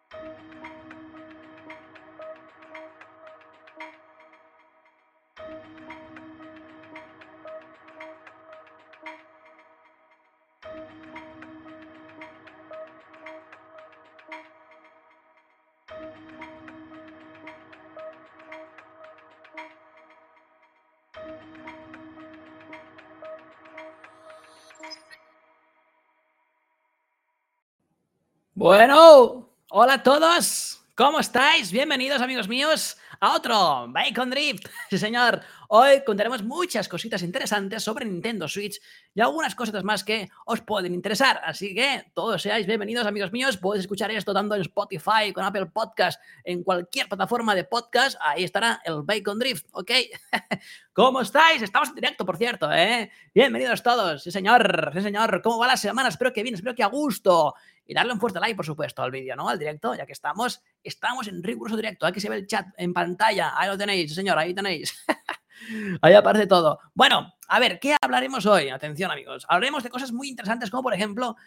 Bueno, hola a todos, ¿cómo estáis? Bienvenidos, amigos míos, a otro Bacon Drift. Sí, señor, hoy contaremos muchas cositas interesantes sobre Nintendo Switch y algunas cositas más que os pueden interesar. Así que todos seáis bienvenidos, amigos míos. Podéis escuchar esto tanto en Spotify, con Apple Podcast, en cualquier plataforma de podcast. Ahí estará el Bacon Drift, ¿ok? ¿Cómo estáis? Estamos en directo, por cierto, ¿eh? Bienvenidos todos, sí, señor, sí, señor. ¿Cómo va la semana? Espero que bien, espero que a gusto. Y darle un fuerte like, por supuesto, al vídeo, ¿no? Al directo, ya que estamos en riguroso directo. Aquí se ve el chat en pantalla. Ahí lo tenéis, señor, ahí tenéis. Ahí aparece todo. Bueno, a ver, ¿qué hablaremos hoy? Atención, amigos. Hablaremos de cosas muy interesantes, como por ejemplo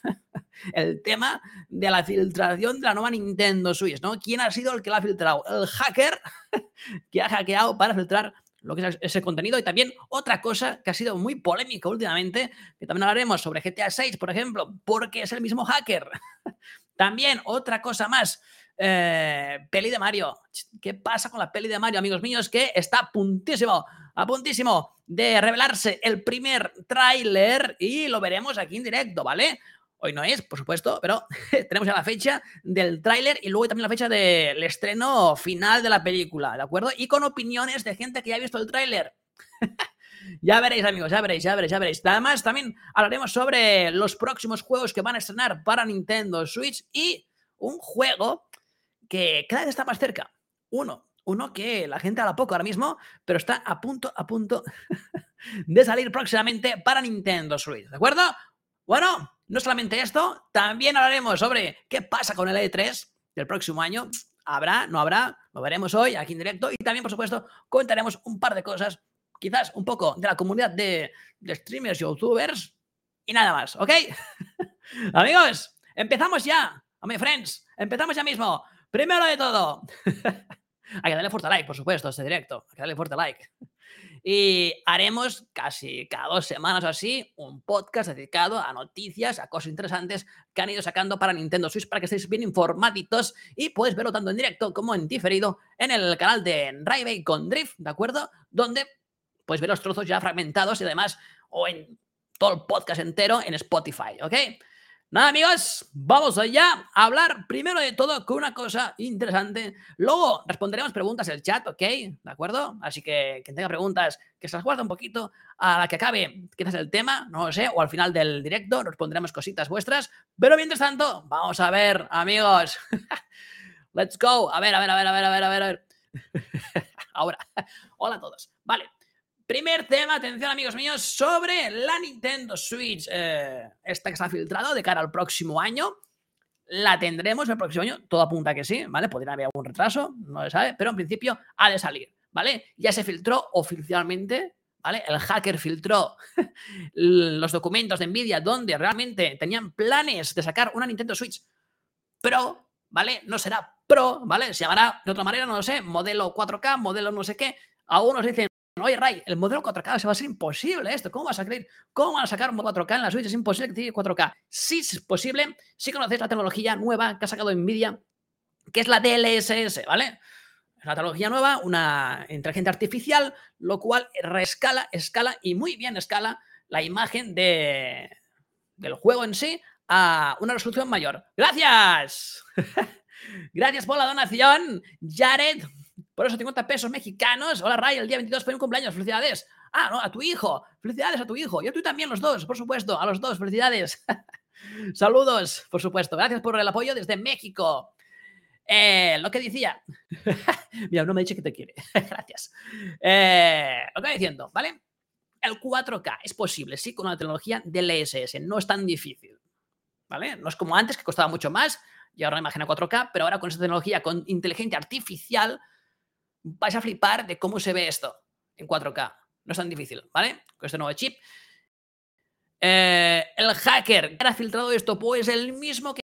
el tema de la filtración de la nueva Nintendo Switch, ¿no? ¿Quién ha sido el que la ha filtrado? El hacker que ha hackeado para filtrar lo que es ese contenido. Y también otra cosa que ha sido muy polémica últimamente, que también hablaremos sobre GTA 6, por ejemplo, porque es el mismo hacker. También otra cosa más, peli de Mario. ¿Qué pasa con la peli de Mario, amigos míos? Que está a puntísimo de revelarse el primer tráiler y lo veremos aquí en directo, ¿vale? Hoy no es, por supuesto, pero tenemos ya la fecha del tráiler y luego también la fecha del estreno final de la película, ¿de acuerdo? Y con opiniones de gente que ya ha visto el tráiler. Ya veréis, amigos, ya veréis. Además, también hablaremos sobre los próximos juegos que van a estrenar para Nintendo Switch y un juego que cada vez está más cerca. Uno que la gente habla poco ahora mismo, pero está a punto de salir próximamente para Nintendo Switch, ¿de acuerdo? Bueno, no solamente esto, también hablaremos sobre qué pasa con el E3 del próximo año. ¿Habrá? ¿No habrá? Lo veremos hoy aquí en directo. Y también, por supuesto, comentaremos un par de cosas, quizás un poco de la comunidad de streamers, youtubers y nada más, ¿ok? Amigos, empezamos ya. My friends, empezamos ya mismo. Primero de todo, hay que darle fuerte like, por supuesto, a este directo. Hay que darle fuerte like. Y haremos casi cada 2 semanas o así un podcast dedicado a noticias, a cosas interesantes que han ido sacando para Nintendo Switch para que estéis bien informaditos y puedes verlo tanto en directo como en diferido en el canal de Raibay con Drift, ¿de acuerdo? Donde puedes ver los trozos ya fragmentados y además o en todo el podcast entero en Spotify, ¿ok? Nada, amigos, vamos allá a hablar primero de todo con una cosa interesante. Luego responderemos preguntas en el chat, ¿ok? ¿De acuerdo? Así que quien tenga preguntas, que se las guarde un poquito a la que acabe quizás el tema, no lo sé, o al final del directo responderemos cositas vuestras. Pero mientras tanto, vamos a ver, amigos. Let's go. A ver. Ahora. Hola a todos. Vale. Primer tema, atención, amigos míos, sobre la Nintendo Switch. Esta que se ha filtrado de cara al próximo año. La tendremos el próximo año, todo apunta a que sí, ¿vale? Podría haber algún retraso, no se sabe, pero en principio ha de salir, ¿vale? Ya se filtró oficialmente, ¿vale? El hacker filtró los documentos de Nvidia donde realmente tenían planes de sacar una Nintendo Switch Pro, ¿vale? No será Pro, ¿vale? Se llamará de otra manera, no lo sé, modelo 4K, modelo no sé qué. Algunos dicen, oye, Ray, el modelo 4K se va a ser imposible esto. ¿Cómo vas a creer? ¿Cómo van a sacar un modelo 4K en la Switch? Es imposible que tiene 4K. Sí es posible, si conocéis la tecnología nueva que ha sacado Nvidia, que es la DLSS, ¿vale? Es una tecnología nueva, una inteligencia artificial, lo cual escala y muy bien escala la imagen del juego en sí a una resolución mayor. ¡Gracias! Gracias por la donación, Jared. Por esos 50 pesos mexicanos. Hola, Ray, el día 22 fue un cumpleaños. Felicidades. Ah, no, a tu hijo. Felicidades a tu hijo. Y a tú también, los dos, por supuesto. A los dos, felicidades. Saludos, por supuesto. Gracias por el apoyo desde México. Lo que decía. Mira, no me ha dicho que te quiere. Gracias. Lo que iba diciendo, ¿vale? El 4K es posible, sí, con una tecnología DLSS. No es tan difícil, ¿vale? No es como antes, que costaba mucho más, y ahora una imagen a 4K, pero ahora con esta tecnología, con inteligencia artificial, vais a flipar de cómo se ve esto en 4K. No es tan difícil, ¿vale? Con este nuevo chip. El hacker que ha filtrado esto, pues el mismo que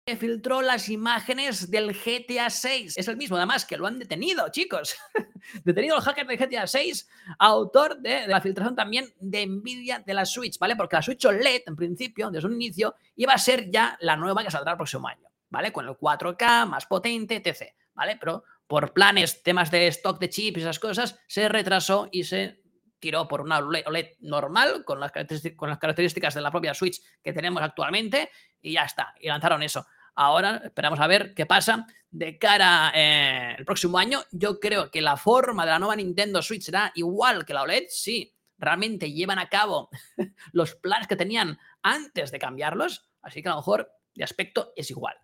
filtró las imágenes del GTA 6. Es el mismo, además, que lo han detenido, chicos. Detenido el hacker de GTA 6, autor de la filtración también de Nvidia de la Switch, ¿vale? Porque la Switch OLED, en principio, desde un inicio, iba a ser ya la nueva que saldrá el próximo año, ¿vale? Con el 4K, más potente, etc., ¿vale? Pero por planes, temas de stock de chips y esas cosas, se retrasó y se tiró por una OLED normal, con las características de la propia Switch que tenemos actualmente, y ya está, y lanzaron eso. Ahora esperamos a ver qué pasa de cara el próximo año. Yo creo que la forma de la nueva Nintendo Switch será igual que la OLED. Sí, realmente llevan a cabo los planes que tenían antes de cambiarlos. Así que a lo mejor de aspecto es igual.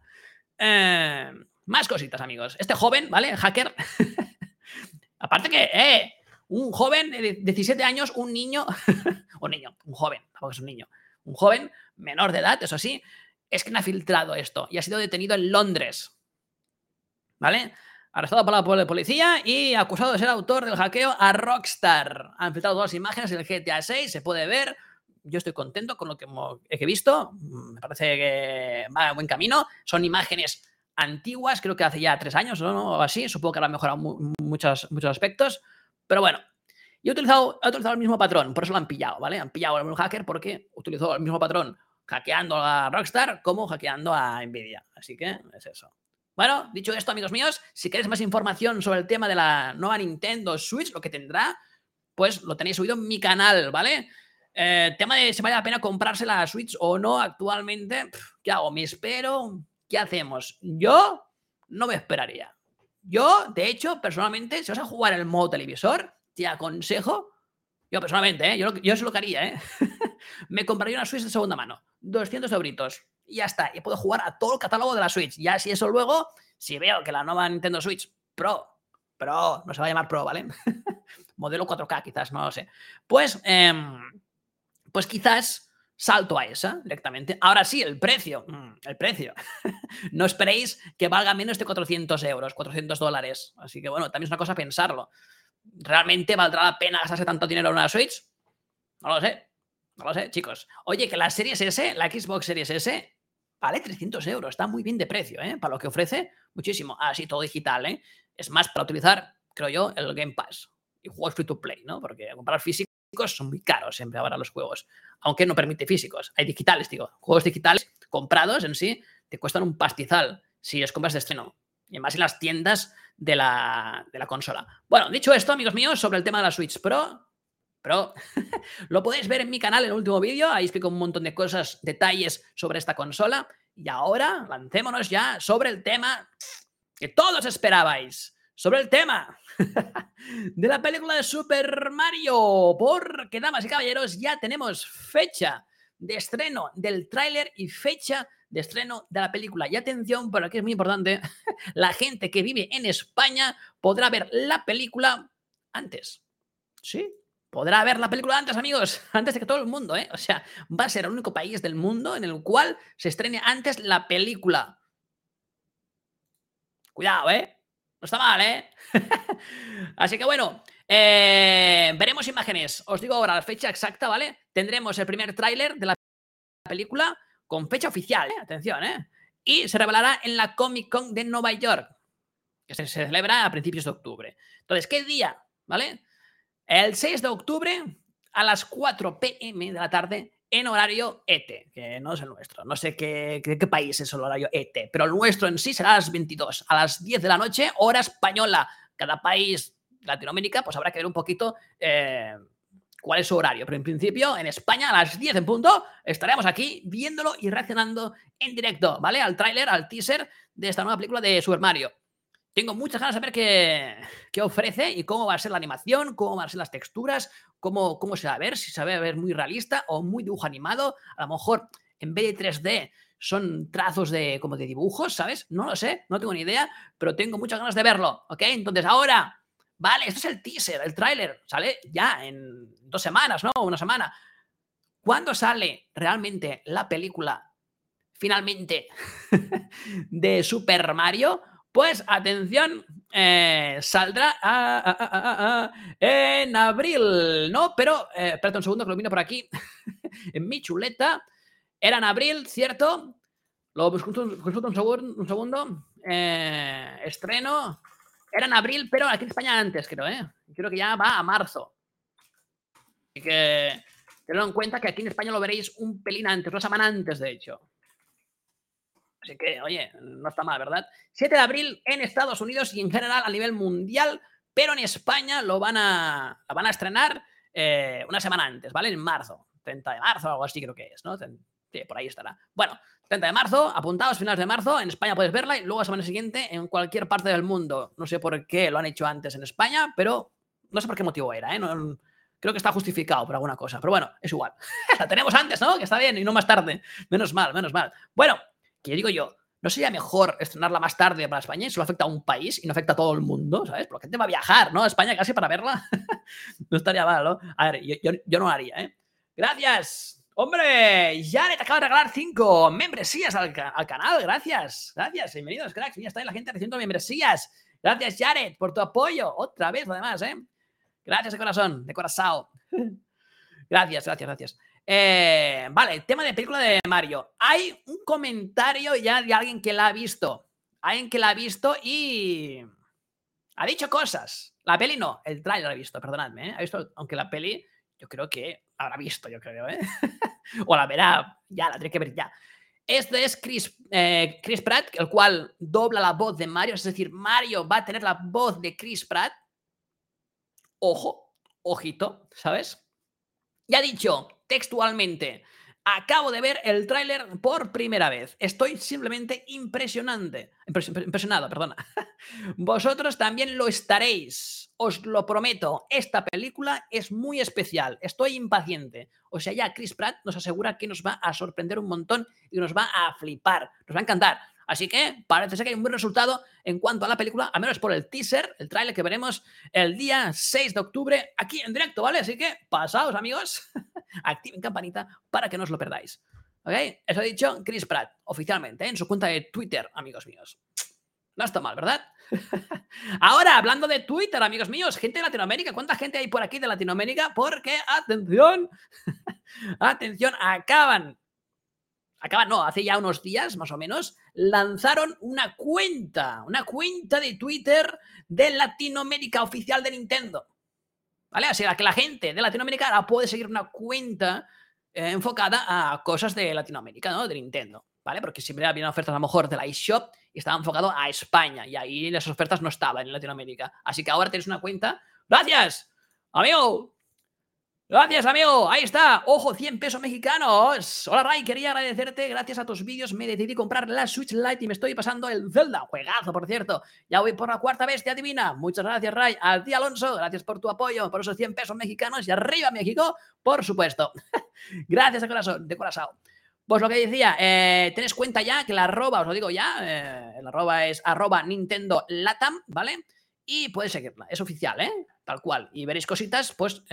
Más cositas, amigos. Este joven, ¿vale? Hacker. Aparte que, un joven de 17 años, un niño, un joven, tampoco es un niño, un joven menor de edad, eso sí, es que no ha filtrado esto y ha sido detenido en Londres, ¿vale? Arrestado por la policía y acusado de ser autor del hackeo a Rockstar. Han filtrado todas las imágenes del GTA 6, se puede ver. Yo estoy contento con lo que he visto. Me parece que va a buen camino. Son imágenes antiguas, creo que hace ya 3 años o así. Supongo que ahora han mejorado muchos aspectos. Pero bueno, y ha utilizado el mismo patrón, por eso lo han pillado, ¿vale? Han pillado a un hacker porque utilizó el mismo patrón hackeando a Rockstar como hackeando a Nvidia. Así que es eso. Bueno, dicho esto, amigos míos, si queréis más información sobre el tema de la nueva Nintendo Switch, lo que tendrá, pues lo tenéis subido en mi canal, ¿vale? Tema de si vale la pena comprarse la Switch o no actualmente, ¿qué hago? ¿Me espero? ¿Qué hacemos? Yo no me esperaría. Yo, de hecho, personalmente, si vas a jugar el modo televisor, te aconsejo, yo personalmente, yo eso lo que haría, me compraría una Switch de segunda mano, 200 euritos, y ya está, y puedo jugar a todo el catálogo de la Switch. Ya si eso luego, si veo que la nueva Nintendo Switch Pro, no se va a llamar Pro, ¿vale? Modelo 4K quizás, no lo sé. Pues quizás salto a esa directamente. Ahora sí, el precio. El precio. No esperéis que valga menos de 400 euros, 400 dólares. Así que bueno, también es una cosa pensarlo. ¿Realmente valdrá la pena gastarse tanto dinero en una Switch? No lo sé. No lo sé, chicos. Oye, que la Series S, la Xbox Series S, vale 300 euros. Está muy bien de precio, ¿eh? Para lo que ofrece, muchísimo. Así todo digital, ¿eh? Es más para utilizar, creo yo, el Game Pass. Y juegos free to play, ¿no? Porque comprar físicos son muy caros siempre ahora los juegos. Aunque no permite físicos. Hay digitales, digo. Juegos digitales comprados en sí te cuestan un pastizal si los compras de estreno. Y además en las tiendas de la consola. Bueno, dicho esto, amigos míos, sobre el tema de la Switch Pro, lo podéis ver en mi canal en el último vídeo. Ahí explico un montón de cosas, detalles sobre esta consola. Y ahora lancémonos ya sobre el tema que todos esperabais. Sobre el tema de la película de Super Mario. Porque, damas y caballeros, ya tenemos fecha de estreno del tráiler y fecha de estreno de la película. Y atención, por aquí es muy importante, la gente que vive en España podrá ver la película antes. ¿Sí? Podrá ver la película antes, amigos, antes de que todo el mundo, ¿eh? O sea, va a ser el único país del mundo en el cual se estrene antes la película. Cuidado, ¿eh? No está mal, ¿eh? Así que bueno, veremos imágenes. Os digo ahora la fecha exacta, ¿vale? Tendremos el primer tráiler de la película con fecha oficial, ¿eh? Atención, ¿eh? Y se revelará en la Comic Con de Nueva York, que se celebra a principios de octubre. Entonces, ¿qué día? ¿Vale? El 6 de octubre a las 4 p.m. de la tarde en horario ET, que no es el nuestro. No sé qué país es el horario ET, pero el nuestro en sí será a las 22, a las 10 de la noche, hora española. Cada país de Latinoamérica, pues habrá que ver un poquito cuál es su horario. Pero en principio, en España, a las 10 en punto, estaremos aquí viéndolo y reaccionando en directo, ¿vale? Al tráiler, al teaser de esta nueva película de Super Mario. Tengo muchas ganas de ver qué ofrece y cómo va a ser la animación, cómo van a ser las texturas, cómo se va a ver, si se va a ver muy realista o muy dibujo animado. A lo mejor en vez de 3D son trazos como de dibujos, ¿sabes? No lo sé, no tengo ni idea, pero tengo muchas ganas de verlo, ¿ok? Entonces ahora, vale, esto es el teaser, el tráiler, sale ya en 2 semanas, ¿no? Una semana. ¿Cuándo sale realmente la película, finalmente, de Super Mario? Pues atención, saldrá en abril, ¿no? Pero, espérate un segundo que lo miro por aquí, en mi chuleta. Era en abril, ¿cierto? Lo consulto un segundo. Estreno. Era en abril, pero aquí en España antes, creo, ¿eh? Creo que ya va a marzo. Así que tenedlo en cuenta que aquí en España lo veréis un pelín antes, una semana antes, de hecho. Así que, oye, no está mal, ¿verdad? 7 de abril en Estados Unidos y en general a nivel mundial, pero en España la van a estrenar una semana antes, ¿vale? En marzo, 30 de marzo, algo así creo que es, ¿no? Sí, por ahí estará. Bueno, 30 de marzo, apuntados, finales de marzo, en España puedes verla y luego la semana siguiente en cualquier parte del mundo. No sé por qué lo han hecho antes en España, pero no sé por qué motivo era, ¿eh? No, creo que está justificado por alguna cosa, pero bueno, es igual. La tenemos antes, ¿no? Que está bien y no más tarde. Menos mal, menos mal. Bueno, que digo yo, ¿no sería mejor estrenarla más tarde para España y solo afecta a un país y no afecta a todo el mundo? ¿Sabes? Porque la gente va a viajar, ¿no? A España casi para verla. No estaría mal, ¿no? A ver, yo no lo haría, ¿eh? Gracias. Hombre, Jared acaba de regalar 5 membresías al canal. Gracias. Gracias. Bienvenidos, cracks. Ya está ahí la gente recibiendo membresías. Gracias, Jared, por tu apoyo. Otra vez, además, ¿eh? Gracias de corazón, de corazón. Gracias, gracias, gracias. Vale, tema de película de Mario. Hay un comentario ya de alguien que la ha visto. Alguien que la ha visto y ha dicho cosas. La peli no, el trailer la ha visto, perdonadme. Ha visto, aunque la peli yo creo que habrá visto, yo creo, ¿eh? O la verá, ya, la tiene que ver ya. Este es Chris Pratt, el cual dobla la voz de Mario, es decir, Mario va a tener la voz de Chris Pratt. Ojo, ojito, ¿sabes? Y ha dicho textualmente: acabo de ver el tráiler por primera vez. Estoy simplemente impresionado, perdona. Vosotros también lo estaréis. Os lo prometo. Esta película es muy especial. Estoy impaciente. O sea, ya Chris Pratt nos asegura que nos va a sorprender un montón y nos va a flipar. Nos va a encantar. Así que parece ser que hay un buen resultado en cuanto a la película, al menos por el teaser, el tráiler que veremos el día 6 de octubre aquí en directo, ¿vale? Así que pasaos, amigos, activen campanita para que no os lo perdáis. ¿Ok? Eso ha dicho Chris Pratt, oficialmente, en su cuenta de Twitter, amigos míos. No está mal, ¿verdad? Ahora, hablando de Twitter, amigos míos, gente de Latinoamérica, ¿cuánta gente hay por aquí de Latinoamérica? Porque, atención, atención, no, hace ya unos días más o menos, lanzaron una cuenta de Twitter de Latinoamérica oficial de Nintendo. ¿Vale? O sea, que la gente de Latinoamérica ahora puede seguir una cuenta enfocada a cosas de Latinoamérica, ¿no? De Nintendo, ¿vale? Porque siempre había ofertas a lo mejor de la eShop y estaba enfocado a España y ahí las ofertas no estaban en Latinoamérica. Así que ahora tenéis una cuenta. ¡Gracias, amigo! Gracias, amigo. Ahí está. Ojo, 100 pesos mexicanos. Hola, Ray. Quería agradecerte. Gracias a tus vídeos me decidí comprar la Switch Lite y me estoy pasando el Zelda. Juegazo, por cierto. Ya voy por la cuarta bestia divina. Muchas gracias, Ray. A ti, Alonso. Gracias por tu apoyo, por esos 100 pesos mexicanos. Y arriba, México, por supuesto. Gracias de corazón, de corazón. Pues lo que decía, tenéis cuenta ya que la arroba, os lo digo ya, el arroba es @Nintendo Latam, ¿vale? Y podéis seguirla. Es oficial, ¿eh? Tal cual. Y veréis cositas, pues...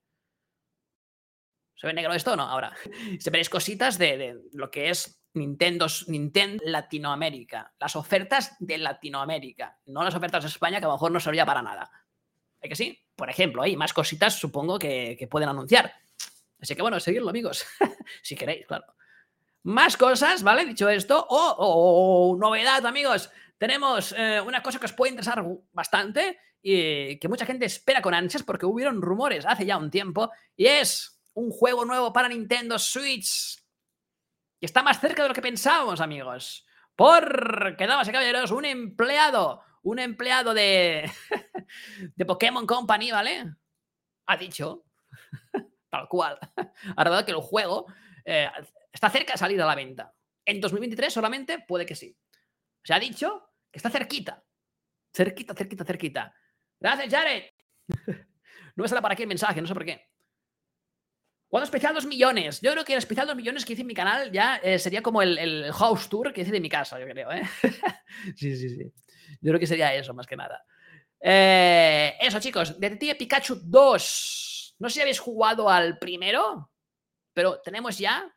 ¿Se ve negro esto o no? Ahora. Se veréis cositas de lo que es Nintendo Latinoamérica. Las ofertas de Latinoamérica. No las ofertas de España, que a lo mejor no servía para nada. ¿Es que sí? Por ejemplo, hay más cositas, supongo, que pueden anunciar. Así que bueno, seguidlo, amigos. Si queréis, claro. Más cosas, ¿vale? Dicho esto. Novedad, amigos. Tenemos una cosa que os puede interesar bastante y que mucha gente espera con ansias porque hubieron rumores hace ya un tiempo. Y es un juego nuevo para Nintendo Switch. Y está más cerca de lo que pensábamos, amigos. Porque, damas y caballeros, un empleado de, de Pokémon Company, ¿vale? Ha dicho, tal cual, ha revelado que el juego está cerca de salir a la venta. En 2023 solamente puede que sí. Se ha dicho que está cerquita. Cerquita, cerquita, cerquita. Gracias, Jared. No me sale para aquí el mensaje, no sé por qué. ¿Cuándo especial 2 millones? Yo creo que el especial 2 millones que hice en mi canal ya sería como el house tour que hice de mi casa, yo creo, ¿eh? Sí, sí, sí. Yo creo que sería eso, más que nada. Eso, chicos. Detective Pikachu 2. No sé si habéis jugado al primero, pero tenemos ya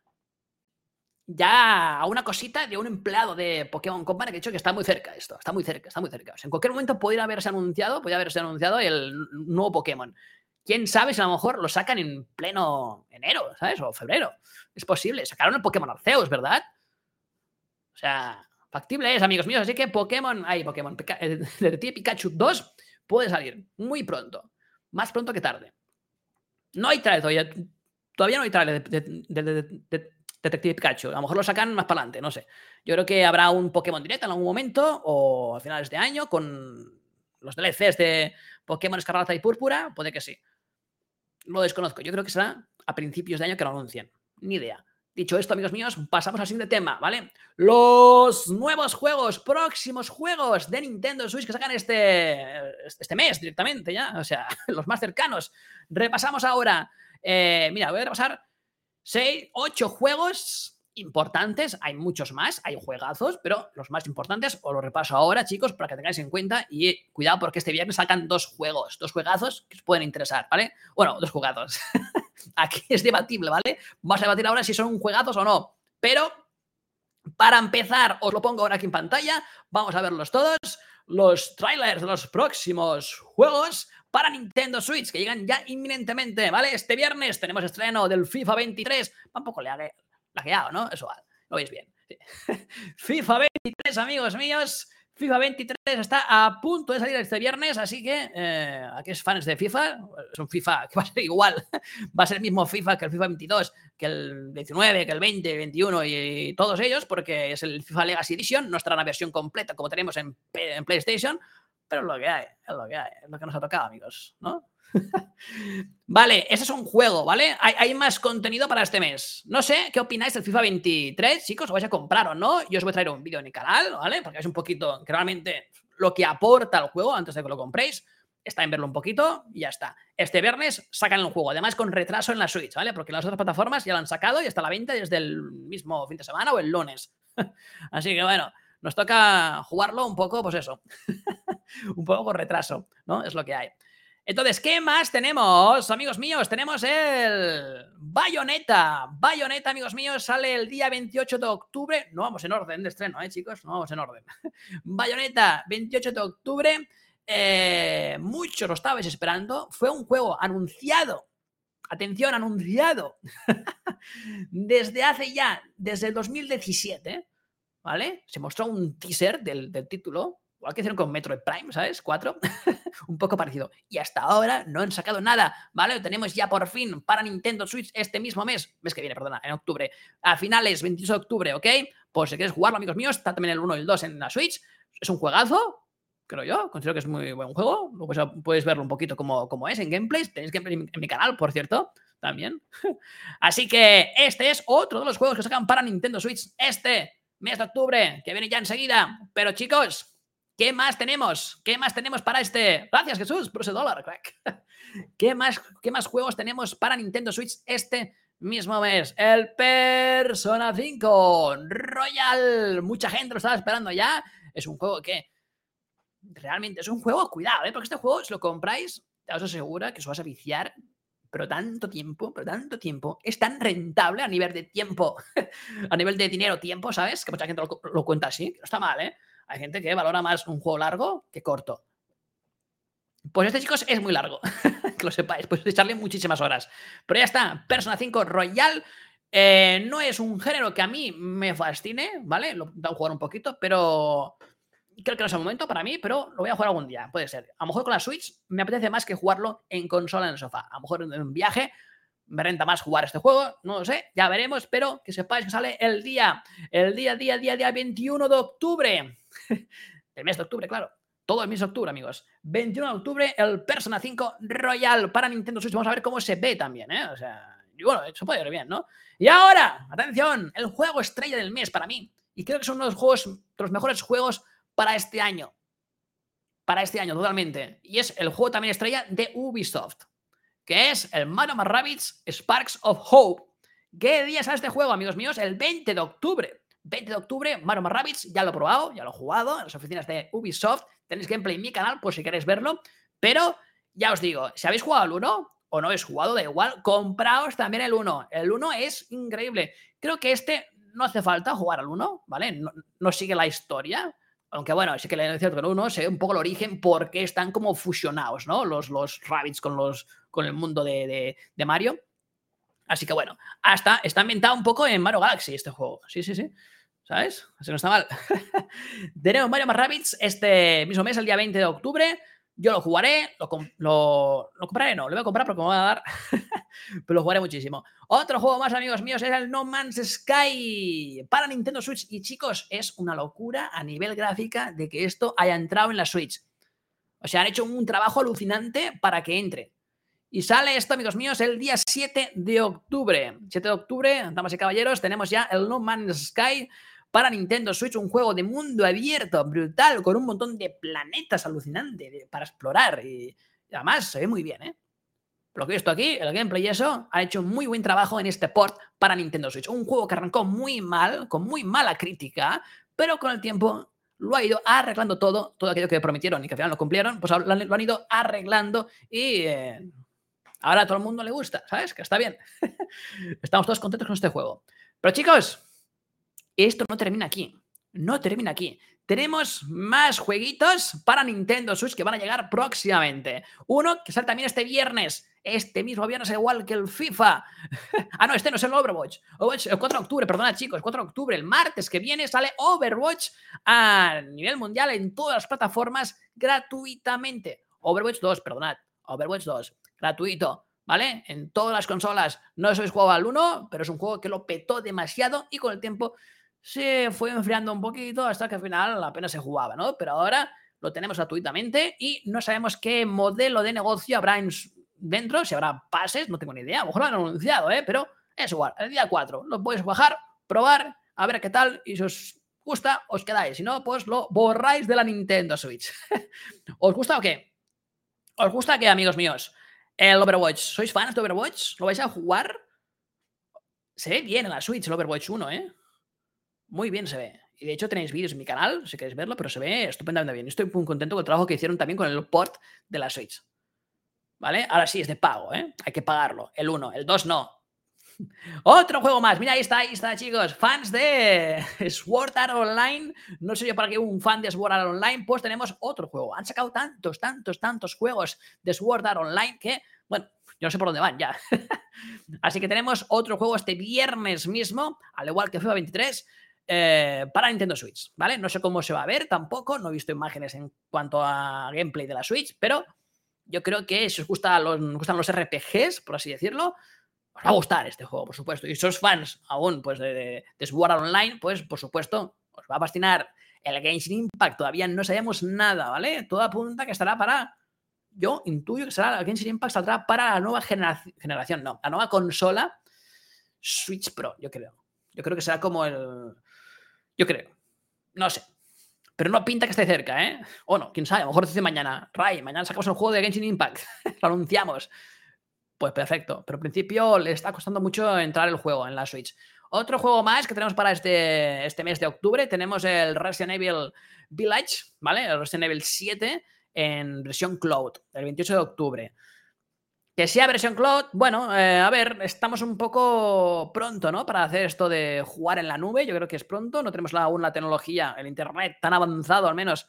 a una cosita de un empleado de Pokémon Company que ha dicho que está muy cerca esto. Está muy cerca, está muy cerca. O sea, en cualquier momento podría haberse anunciado el nuevo Pokémon. Quién sabe si a lo mejor lo sacan en pleno enero, ¿sabes? O febrero. Es posible. Sacaron el Pokémon Arceus, ¿verdad? O sea, factible es, amigos míos. Así que Pokémon, Detective Pikachu 2 puede salir muy pronto. Más pronto que tarde. No hay trailer todavía. Todavía no hay trailer de Detective Pikachu. A lo mejor lo sacan más para adelante, no sé. Yo creo que habrá un Pokémon Direct en algún momento o a finales de año con los DLCs de Pokémon Escarlata y Púrpura. Puede que sí. Lo desconozco. Yo creo que será a principios de año que lo anuncien. Ni idea. Dicho esto, amigos míos, pasamos al siguiente tema, ¿vale? Los nuevos juegos, próximos juegos de Nintendo Switch que sacan este mes directamente ya, o sea, los más cercanos. Repasamos ahora, mira, voy a repasar 6, 8 juegos importantes, hay muchos más, hay juegazos, pero los más importantes os los repaso ahora, chicos, para que tengáis en cuenta y cuidado porque este viernes sacan 2 juegos, 2 juegazos que os pueden interesar, ¿vale? Bueno, 2 juegazos. Aquí es debatible, ¿vale? Vamos a debatir ahora si son juegazos o no, pero para empezar, os lo pongo ahora aquí en pantalla, vamos a verlos todos, los trailers de los próximos juegos para Nintendo Switch, que llegan ya inminentemente, ¿vale? Este viernes tenemos estreno del FIFA 23, va un poco lagueado, ¿no? Eso va, lo veis bien. Sí. FIFA 23, amigos míos, FIFA 23 está a punto de salir este viernes, así que aquellos fans de FIFA, es un FIFA que va a ser igual, va a ser el mismo FIFA que el FIFA 22, que el 19, que el 20, 21 y todos ellos, porque es el FIFA Legacy Edition, no estará una versión completa como tenemos en PlayStation, pero es lo que hay, es lo que hay, es lo que nos ha tocado, amigos, ¿no? Vale, ese es un juego, ¿vale? Hay más contenido para este mes. No sé qué opináis del FIFA 23, chicos, ¿lo vais a comprar o no? Yo os voy a traer un vídeo en el canal, ¿vale? Porque es un poquito que realmente lo que aporta el juego antes de que lo compréis está en verlo un poquito y ya está. Este viernes sacan el juego, además con retraso en la Switch, ¿vale? Porque las otras plataformas ya lo han sacado y está a la venta desde el mismo fin de semana o el lunes. Así que bueno, nos toca jugarlo un poco, pues eso, un poco con retraso, ¿no? Es lo que hay. Entonces, ¿qué más tenemos, amigos míos? Tenemos el Bayonetta. Bayonetta, amigos míos, sale el día 28 de octubre. No vamos en orden de estreno, chicos? No vamos en orden. Bayonetta, 28 de octubre. Muchos lo estabais esperando. Fue un juego anunciado. Atención, anunciado. Desde el 2017, ¿vale? Se mostró un teaser del título. Igual que hicieron con Metroid Prime, ¿sabes? 4. Un poco parecido. Y hasta ahora no han sacado nada, ¿vale? Lo tenemos ya por fin para Nintendo Switch este mismo mes que viene, perdona, en octubre. A finales, 28 de octubre, ¿ok? Pues si quieres jugarlo, amigos míos, está también el 1 y el 2 en la Switch. Es un juegazo, creo yo. Considero que es muy buen juego. Luego puedes verlo un poquito como es en gameplays. Tenéis gameplay en mi canal, por cierto, también. Así que este es otro de los juegos que sacan para Nintendo Switch este mes de octubre, que viene ya enseguida. Pero chicos, ¿qué más tenemos? ¿Qué más tenemos para este? Gracias, Jesús, por ese dólar, crack. ¿Qué más juegos tenemos para Nintendo Switch este mismo mes? El Persona 5 Royal. Mucha gente lo estaba esperando ya. Es un juego que realmente es un juego, cuidado, porque este juego, si lo compráis, ya os aseguro que os vas a viciar, pero tanto tiempo, es tan rentable a nivel de tiempo, a nivel de dinero, tiempo, ¿sabes? Que mucha gente lo cuenta así, que no está mal, ¿eh? Hay gente que valora más un juego largo que corto. Pues este, chicos, es muy largo, que lo sepáis, pues echarle muchísimas horas. Pero ya está, Persona 5 Royal. No es un género que a mí me fascine, ¿vale? Lo he intentado jugar un poquito, pero creo que no es el momento para mí, pero lo voy a jugar algún día, puede ser. A lo mejor con la Switch me apetece más que jugarlo en consola en el sofá. A lo mejor en un viaje me renta más jugar este juego, no lo sé, ya veremos, pero que sepáis que sale el día 21 de octubre. El mes de octubre, claro. Todo el mes de octubre, amigos. 21 de octubre, el Persona 5 Royal para Nintendo Switch. Vamos a ver cómo se ve también, ¿eh? O sea, y bueno, eso puede ver bien, ¿no? Y ahora, atención, el juego estrella del mes para mí. Y creo que son uno de los mejores juegos para este año. Para este año, totalmente. Y es el juego también estrella de Ubisoft, que es el Mario + Rabbids Sparks of Hope. ¿Qué día sale este juego, amigos míos? El 20 de octubre. 20 de octubre, Mario + Rabbids, ya lo he probado, ya lo he jugado en las oficinas de Ubisoft. Tenéis gameplay en mi canal por si queréis verlo. Pero ya os digo, si habéis jugado al 1 o no habéis jugado, da igual, compraos también el 1. El 1 es increíble. Creo que este no hace falta jugar al 1, ¿vale? No sigue la historia. Aunque bueno, sí que le decía que el 1 sé un poco el origen porque están como fusionados, ¿no? Los Rabbids con el mundo de Mario. Así que bueno, está ambientado un poco en Mario Galaxy este juego. Sí. ¿sabes? Así no está mal. Tenemos Mario más Rabbids este mismo mes, el día 20 de octubre. Yo lo jugaré, lo compraré, no, lo voy a comprar porque me va a dar, pero lo jugaré muchísimo. Otro juego más, amigos míos, es el No Man's Sky para Nintendo Switch. Y chicos, es una locura a nivel gráfica de que esto haya entrado en la Switch. O sea, han hecho un trabajo alucinante para que entre. Y sale esto, amigos míos, el día 7 de octubre. 7 de octubre, damas y caballeros, tenemos ya el No Man's Sky para Nintendo Switch, un juego de mundo abierto, brutal, con un montón de planetas alucinantes para explorar. Y además se ve muy bien, ¿eh? Lo que he visto aquí, el gameplay y eso, ha hecho un muy buen trabajo en este port para Nintendo Switch. Un juego que arrancó muy mal, con muy mala crítica, pero con el tiempo lo ha ido arreglando todo aquello que prometieron y que al final no cumplieron, pues lo han ido arreglando y ahora a todo el mundo le gusta, ¿sabes? Que está bien. Estamos todos contentos con este juego. Pero chicos, esto no termina aquí. No termina aquí. Tenemos más jueguitos para Nintendo Switch que van a llegar próximamente. Uno que sale también este viernes. Este mismo viernes, igual que el FIFA. Ah, no, este no es el Overwatch. Overwatch el 4 de octubre, perdona chicos, 4 de octubre, el martes que viene sale Overwatch a nivel mundial en todas las plataformas gratuitamente. Overwatch 2, perdonad. Overwatch 2, gratuito. ¿Vale? En todas las consolas. No habéis jugado al 1, pero es un juego que lo petó demasiado y con el tiempo se fue enfriando un poquito hasta que al final apenas se jugaba, ¿no? Pero ahora lo tenemos gratuitamente y no sabemos qué modelo de negocio habrá dentro, si habrá pases, no tengo ni idea, a lo mejor lo han anunciado, pero es igual, el día 4 lo podéis bajar, probar, a ver qué tal y si os gusta, os quedáis, si no, pues lo borráis de la Nintendo Switch. ¿Os gusta o qué? ¿Os gusta qué, amigos míos? El Overwatch, ¿sois fans de Overwatch? ¿Lo vais a jugar? Se ve bien en la Switch el Overwatch 1, ¿eh? Muy bien se ve. Y de hecho tenéis vídeos en mi canal, si queréis verlo, pero se ve estupendamente bien. Estoy muy contento con el trabajo que hicieron también con el port de la Switch. ¿Vale? Ahora sí, es de pago, ¿eh? Hay que pagarlo. El 1, el 2 no. Otro juego más. Mira, ahí está, chicos. Fans de Sword Art Online. No sé yo para qué un fan de Sword Art Online. Pues tenemos otro juego. Han sacado tantos juegos de Sword Art Online que, bueno, yo no sé por dónde van ya. Así que tenemos otro juego este viernes mismo, al igual que FIFA 23, para Nintendo Switch, ¿vale? No sé cómo se va a ver tampoco, no he visto imágenes en cuanto a gameplay de la Switch, pero yo creo que si os gustan los RPGs, por así decirlo, os va a gustar este juego, por supuesto. Y si sois fans aún pues, de Sword Art Online, pues por supuesto os va a fascinar. El Genshin Impact todavía no sabemos nada, ¿vale? Todo apunta que estará para... Yo intuyo que será el Genshin Impact saldrá para la nueva generación, no, la nueva consola Switch Pro, yo creo. Yo creo que será como el... Yo creo. No sé. Pero no pinta que esté cerca, ¿eh? O no, quién sabe. A lo mejor dice mañana, Ray, mañana sacamos el juego de Genshin Impact. Lo anunciamos. Pues perfecto. Pero al principio le está costando mucho entrar el juego en la Switch. Otro juego más que tenemos para este mes de octubre. Tenemos el Resident Evil Village, ¿vale? El Resident Evil 7 en versión Cloud, el 28 de octubre. Que sea versión cloud, bueno, a ver, estamos un poco pronto, ¿no? Para hacer esto de jugar en la nube, yo creo que es pronto, no tenemos aún la tecnología, el internet tan avanzado, al menos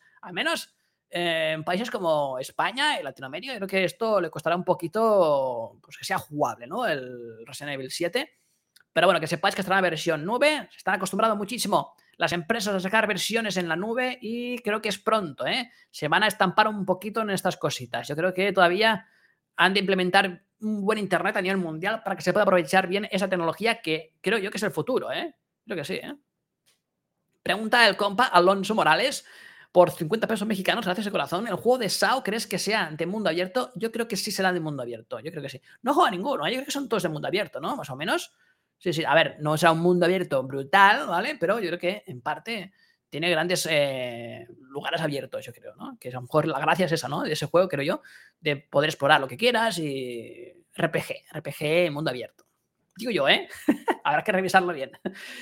en países como España y Latinoamérica, creo que esto le costará un poquito, pues que sea jugable, ¿no? El Resident Evil 7. Pero bueno, que sepáis que estará en versión nube, se están acostumbrando muchísimo las empresas a sacar versiones en la nube y creo que es pronto, ¿eh? Se van a estampar un poquito en estas cositas. Yo creo que todavía han de implementar un buen internet a nivel mundial para que se pueda aprovechar bien esa tecnología que creo yo que es el futuro, ¿eh? Creo que sí, ¿eh? Pregunta el compa Alonso Morales por 50 pesos mexicanos, gracias de corazón. ¿El juego de SAO crees que sea de mundo abierto? Yo creo que sí será de mundo abierto, yo creo que sí. No juega ninguno, yo creo que son todos de mundo abierto, ¿no? Más o menos. Sí, sí, a ver, no será un mundo abierto brutal, ¿vale? Pero yo creo que en parte tiene grandes lugares abiertos, yo creo, ¿no? Que a lo mejor la gracia es esa, ¿no? De ese juego, creo yo, de poder explorar lo que quieras y RPG, mundo abierto. Digo yo, ¿eh? Habrá que revisarlo bien.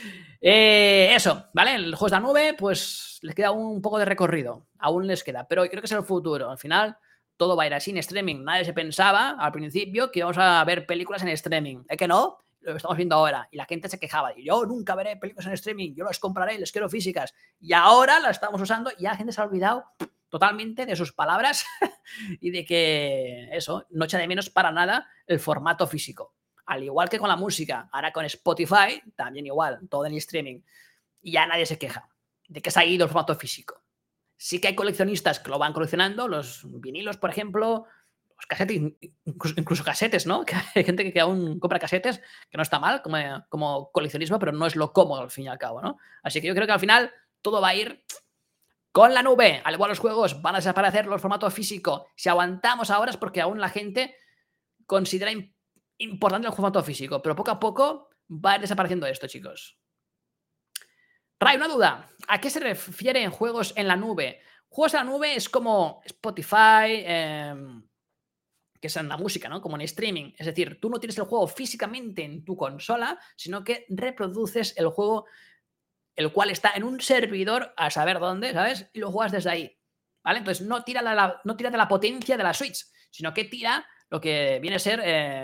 Eso, ¿vale? El juego de la nube, pues les queda un poco de recorrido. Aún les queda, pero creo que es el futuro. Al final, todo va a ir así en streaming. Nadie se pensaba al principio que íbamos a ver películas en streaming. ¿Es que no? Lo estamos viendo ahora. Y la gente se quejaba. Y yo nunca veré películas en streaming. Yo las compraré, les quiero físicas. Y ahora las estamos usando y la gente se ha olvidado totalmente de sus palabras y de que eso, no echa de menos para nada el formato físico. Al igual que con la música, ahora con Spotify, también igual, todo en streaming. y ya nadie se queja de que se ha ido el formato físico. Sí que hay coleccionistas que lo van coleccionando, los vinilos, por ejemplo, los casetes, incluso casetes, ¿no? Que hay gente que aún compra casetes, que no está mal como coleccionismo, pero no es lo cómodo al fin y al cabo, ¿no? Así que yo creo que al final todo va a ir con la nube. Al igual los juegos van a desaparecer los formatos físicos. Si aguantamos ahora es porque aún la gente considera importante el formato físico, pero poco a poco va a ir desapareciendo esto, chicos. Ray, una duda. ¿A qué se refiere en juegos en la nube? Juegos en la nube es como Spotify, que es en la música, ¿no? Como en streaming. Es decir, tú no tienes el juego físicamente en tu consola, sino que reproduces el juego, el cual está en un servidor a saber dónde, ¿sabes? Y lo juegas desde ahí. ¿Vale? Entonces no tira, no tira de la potencia de la Switch, sino que tira lo que viene a ser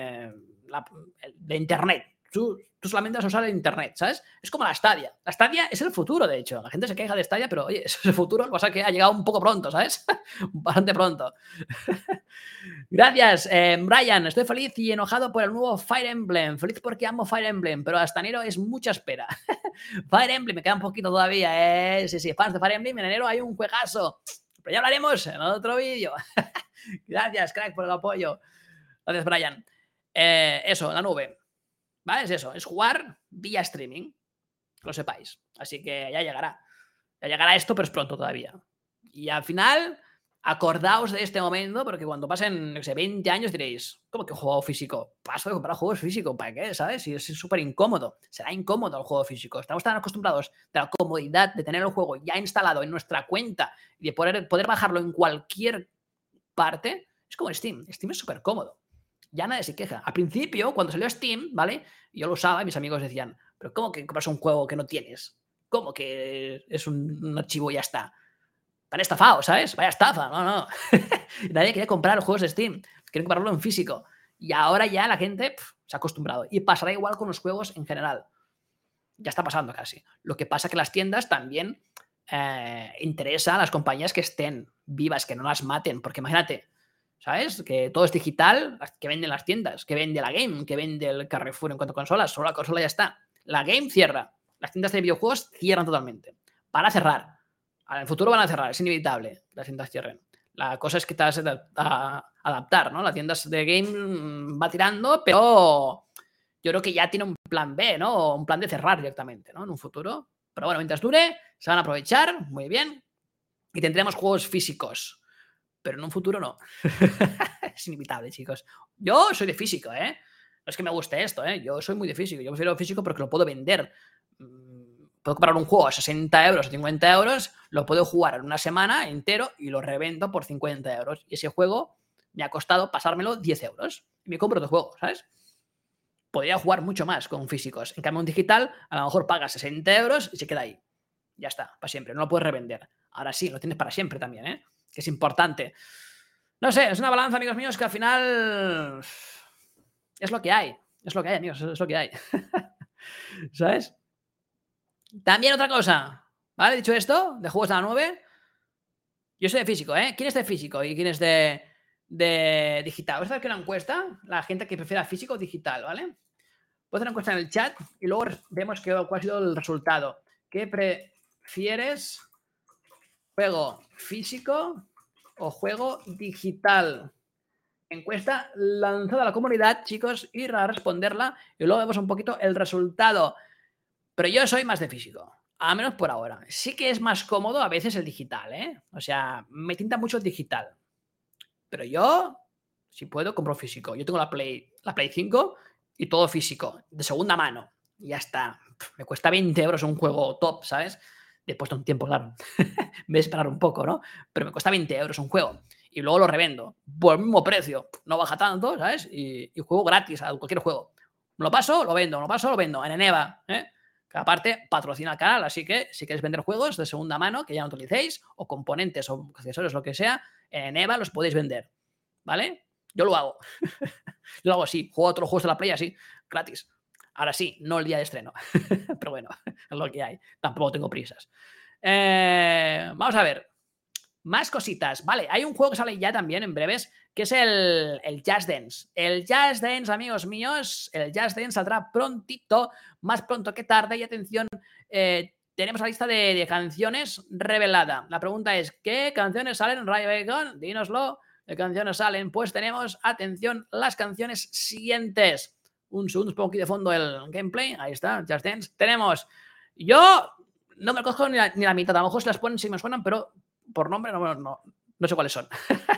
de Internet. Tú solamente vas a usar el Internet, ¿sabes? Es como la Stadia. La Stadia es el futuro, de hecho. La gente se queja de Stadia, pero oye, eso es el futuro. Lo que pasa es que ha llegado un poco pronto, ¿sabes? Bastante pronto. Gracias, Brian. Estoy feliz y enojado por el nuevo Fire Emblem. Feliz porque amo Fire Emblem, pero hasta enero es mucha espera. Fire Emblem, me queda un poquito todavía, ¿eh? Sí, sí, fans de Fire Emblem, en enero hay un juegazo. Pero ya hablaremos en otro vídeo. Gracias, crack, por el apoyo. Gracias, Brian. Eso, la nube. ¿Vale? Es eso, es jugar vía streaming. Que lo sepáis. Así que ya llegará. Ya llegará esto, pero es pronto todavía. Y al final, acordaos de este momento, porque cuando pasen, no sé, 20 años diréis, ¿cómo que juego físico? Paso de comprar juegos físicos, ¿para qué? ¿Sabes? Si es súper incómodo. Será incómodo el juego físico. Estamos tan acostumbrados de la comodidad de tener el juego ya instalado en nuestra cuenta y de poder bajarlo en cualquier parte. Es como Steam. Steam es súper cómodo. Ya nadie se queja. Al principio, cuando salió Steam, ¿vale? Yo lo usaba y mis amigos decían, ¿pero cómo que compras un juego que no tienes? ¿Cómo que es un archivo y ya está? Tan estafado, ¿sabes? Vaya estafa, no. Nadie quería comprar los juegos de Steam, quieren comprarlo en físico. Y ahora ya la gente se ha acostumbrado. Y pasará igual con los juegos en general. Ya está pasando casi. Lo que pasa es que las tiendas también interesa a las compañías que estén vivas, que no las maten. Porque imagínate, ¿sabes? Que todo es digital, que venden las tiendas, que vende la Game, que vende el Carrefour en cuanto a consolas. Solo la consola ya está. La Game cierra. Las tiendas de videojuegos cierran totalmente. Van a cerrar. En el futuro van a cerrar, es inevitable que las tiendas cierren. La cosa es que te vas a adaptar, ¿no? Las tiendas de game va tirando, pero yo creo que ya tiene un plan B, ¿no? Un plan de cerrar directamente, ¿no? En un futuro. Pero bueno, mientras dure, se van a aprovechar, muy bien, y tendremos juegos físicos. Pero en un futuro no. Es inevitable, chicos. Yo soy de físico, ¿eh? No es que me guste esto, ¿eh? Yo soy muy de físico. Yo prefiero físico porque lo puedo vender. Puedo comprar un juego a 60 euros o 50 euros, lo puedo jugar en una semana entero y lo revendo por 50 euros. Y ese juego me ha costado pasármelo 10 euros. Y me compro otro juego, ¿sabes? Podría jugar mucho más con físicos. En cambio, un digital, a lo mejor pagas 60 euros y se queda ahí. Ya está, para siempre. No lo puedes revender. Ahora sí, lo tienes para siempre también, ¿eh? Que es importante. No sé, es una balanza, amigos míos, que al final es lo que hay. Es lo que hay, amigos, es lo que hay. ¿Sabes? También otra cosa, ¿vale? Dicho esto, de juegos de la nube, yo soy de físico, ¿eh? ¿Quién es de físico y quién es de digital? Vamos a hacer una encuesta, la gente que prefiera físico o digital, ¿vale? Puedes hacer una encuesta en el chat y luego vemos cuál ha sido el resultado. ¿Qué prefieres? ¿Juego físico o juego digital? Encuesta lanzada a la comunidad, chicos, y a responderla y luego vemos un poquito el resultado. Pero yo soy más de físico, al menos por ahora. Sí que es más cómodo a veces el digital, ¿eh? O sea, me tinta mucho el digital. Pero yo, si puedo, compro físico. Yo tengo la Play 5 y todo físico, de segunda mano. Y ya está. Me cuesta 20 euros un juego top, ¿sabes? Después de un tiempo, claro. Me voy a esperar un poco, ¿no? Pero me cuesta 20 euros un juego. Y luego lo revendo por el mismo precio. No baja tanto, ¿sabes? Y juego gratis a cualquier juego. Me lo paso, lo vendo. Me lo paso, lo vendo. En Eneva, ¿eh? Que aparte patrocina el canal, así que si queréis vender juegos de segunda mano que ya no utilicéis, o componentes o accesorios, lo que sea, en EVA los podéis vender, ¿vale? Yo lo hago. Yo lo hago así, juego otros juegos de la Play así, gratis. Ahora sí, no el día de estreno. Pero bueno, es lo que hay. Tampoco tengo prisas. Vamos a ver. Más cositas. Vale, hay un juego que sale ya también en breves, que es el Just Dance. El Just Dance, amigos míos, el Just Dance saldrá prontito, más pronto que tarde. Y atención, tenemos la lista de canciones revelada. La pregunta es, ¿qué canciones salen en Rayo Bacon? Dínoslo. ¿Qué canciones salen? Pues tenemos, atención, las canciones siguientes. Un segundo, os pongo aquí de fondo el gameplay. Ahí está, Just Dance. Tenemos, yo no me cojo ni la mitad. A lo mejor se las ponen si me suenan, pero por nombre no sé cuáles son.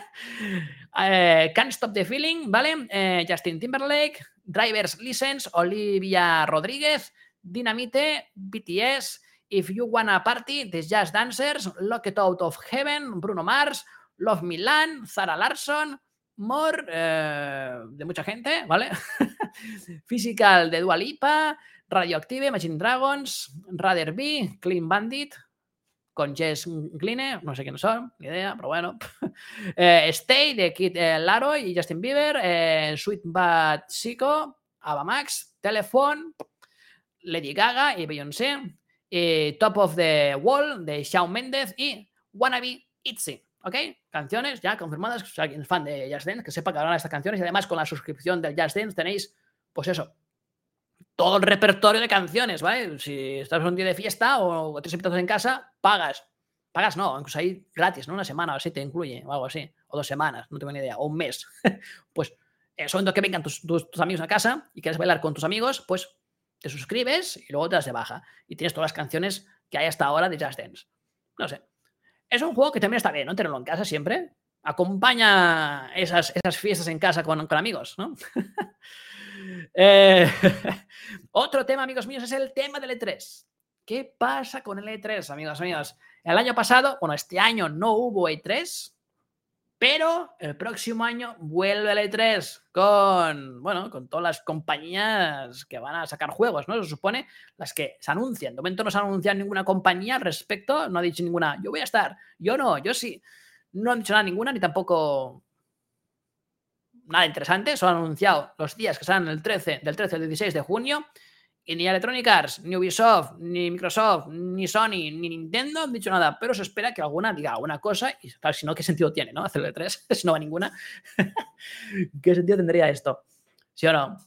Can't Stop the Feeling, ¿vale? Justin Timberlake, Driver's License, Olivia Rodríguez, Dynamite, BTS, If You Wanna Party, The Just Dancers, Lock It Out of Heaven, Bruno Mars, Love Milan, Zara Larsson, More, de mucha gente, ¿vale? Physical de Dua Lipa, Radioactive, Imagine Dragons, Rather Be, Clean Bandit, con Jess Gline, no sé quiénes son, ni idea, pero bueno. Stay de Kid Laroi y Justin Bieber, Sweet But Psycho, Ava Max, Telephone, Lady Gaga y Beyoncé, Top of the Wall de Shawn Mendes y Wannabe Itzy. ¿Ok? Canciones ya confirmadas. Si alguien es fan de Just Dance, que sepa que habrán estas canciones y además con la suscripción del Just Dance tenéis, pues eso, todo el repertorio de canciones, ¿vale? Si estás un día de fiesta o tienes invitados en casa, pagas. Pagas no, incluso ahí gratis, ¿no? Una semana o así te incluye, o algo así. O 2 semanas, no tengo ni idea. O un mes. Pues en el momento que vengan tus amigos a casa y quieres bailar con tus amigos, pues te suscribes y luego te das de baja. Y tienes todas las canciones que hay hasta ahora de Just Dance. No sé. Es un juego que también está bien, ¿no? Tenerlo en casa siempre. Acompaña esas fiestas en casa con amigos, ¿no? Otro tema, amigos míos, es el tema del E3. ¿Qué pasa con el E3, amigos míos? El año pasado, bueno, este año no hubo E3, pero el próximo año vuelve el E3 con todas las compañías que van a sacar juegos, ¿no? Se supone las que se anuncian. De momento no se ha anunciado ninguna compañía al respecto, no ha dicho ninguna, yo voy a estar, yo no, yo sí. No han dicho nada ninguna, ni tampoco nada interesante. Solo han anunciado los días que serán del 13 al 16 de junio. Y ni Electronic Arts, ni Ubisoft, ni Microsoft, ni Sony, ni Nintendo han dicho nada, pero se espera que alguna diga alguna cosa. Y claro, si no, ¿qué sentido tiene, no? Hacerle 3, si no va ninguna. ¿Qué sentido tendría esto? ¿Sí o no?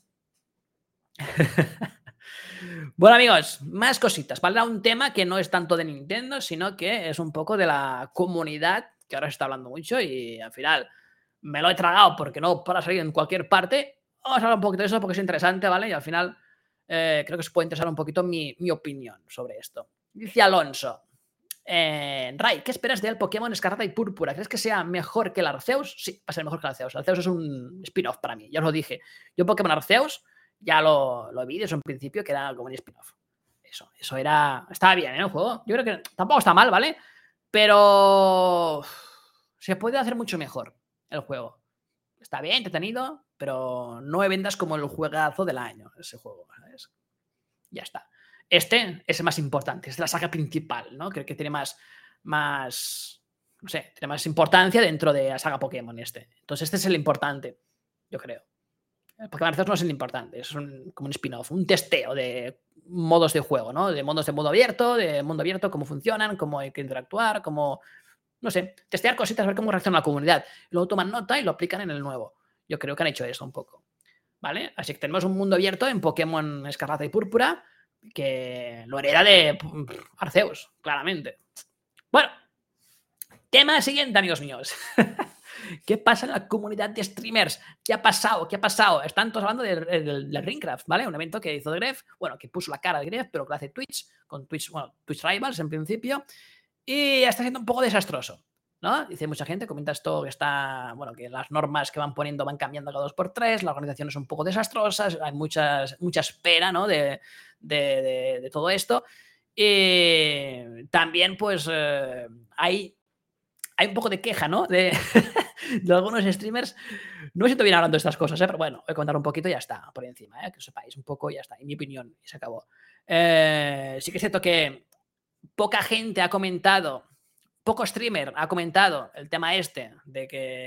Bueno, amigos, más cositas. Valdrá un tema que no es tanto de Nintendo, sino que es un poco de la comunidad, que ahora se está hablando mucho y al final me lo he tragado porque no para salir en cualquier parte. Vamos a hablar un poquito de eso porque es interesante, ¿vale? Y al final creo que os puede interesar un poquito mi opinión sobre esto. Dice Alonso. Ray, ¿qué esperas del Pokémon Escarlata y Púrpura? ¿Crees que sea mejor que el Arceus? Sí, va a ser mejor que el Arceus. El Arceus es un spin-off para mí, ya os lo dije. Yo Pokémon Arceus ya lo vi desde un principio que era como un spin-off. Eso era... Estaba bien, ¿eh? El juego. Yo creo que tampoco está mal, ¿vale? Pero se puede hacer mucho mejor el juego. Está bien, entretenido, pero no me vendas como el juegazo del año, ese juego, ¿sabes? Ya está. Este es el más importante, es la saga principal, ¿no? Creo que tiene más, no sé, tiene más importancia dentro de la saga Pokémon este. Entonces este es el importante, yo creo. Pokémon Arceus no es el importante, es como un spin-off, un testeo de modos de juego, ¿no? De modos de mundo abierto, cómo funcionan, cómo hay que interactuar, cómo, no sé, testear cositas, ver cómo reacciona la comunidad. Luego toman nota y lo aplican en el nuevo. Yo creo que han hecho eso un poco, ¿vale? Así que tenemos un mundo abierto en Pokémon Escarlata y Púrpura que lo hereda de Arceus, claramente. Bueno, tema siguiente, amigos míos. ¿Qué pasa en la comunidad de streamers? ¿Qué ha pasado? ¿Qué ha pasado? Están todos hablando del Ringcraft, ¿vale? Un evento que hizo de Gref, bueno, que puso la cara de Gref, pero que lo hace Twitch, con Twitch, bueno, Twitch Rivals en principio, y está siendo un poco desastroso, ¿no? Dice mucha gente, comenta esto que está, bueno, que las normas que van poniendo van cambiando cada 2x3, la organización es un poco desastrosa, hay mucha espera, ¿no? De todo esto. Y también, pues, hay un poco de queja, ¿no? De algunos streamers. No me siento bien hablando de estas cosas, pero bueno, voy a contar un poquito y ya está, por encima, que lo sepáis un poco y ya está, en mi opinión, y se acabó. Sí que es cierto que poca gente ha comentado, poco streamer ha comentado el tema este de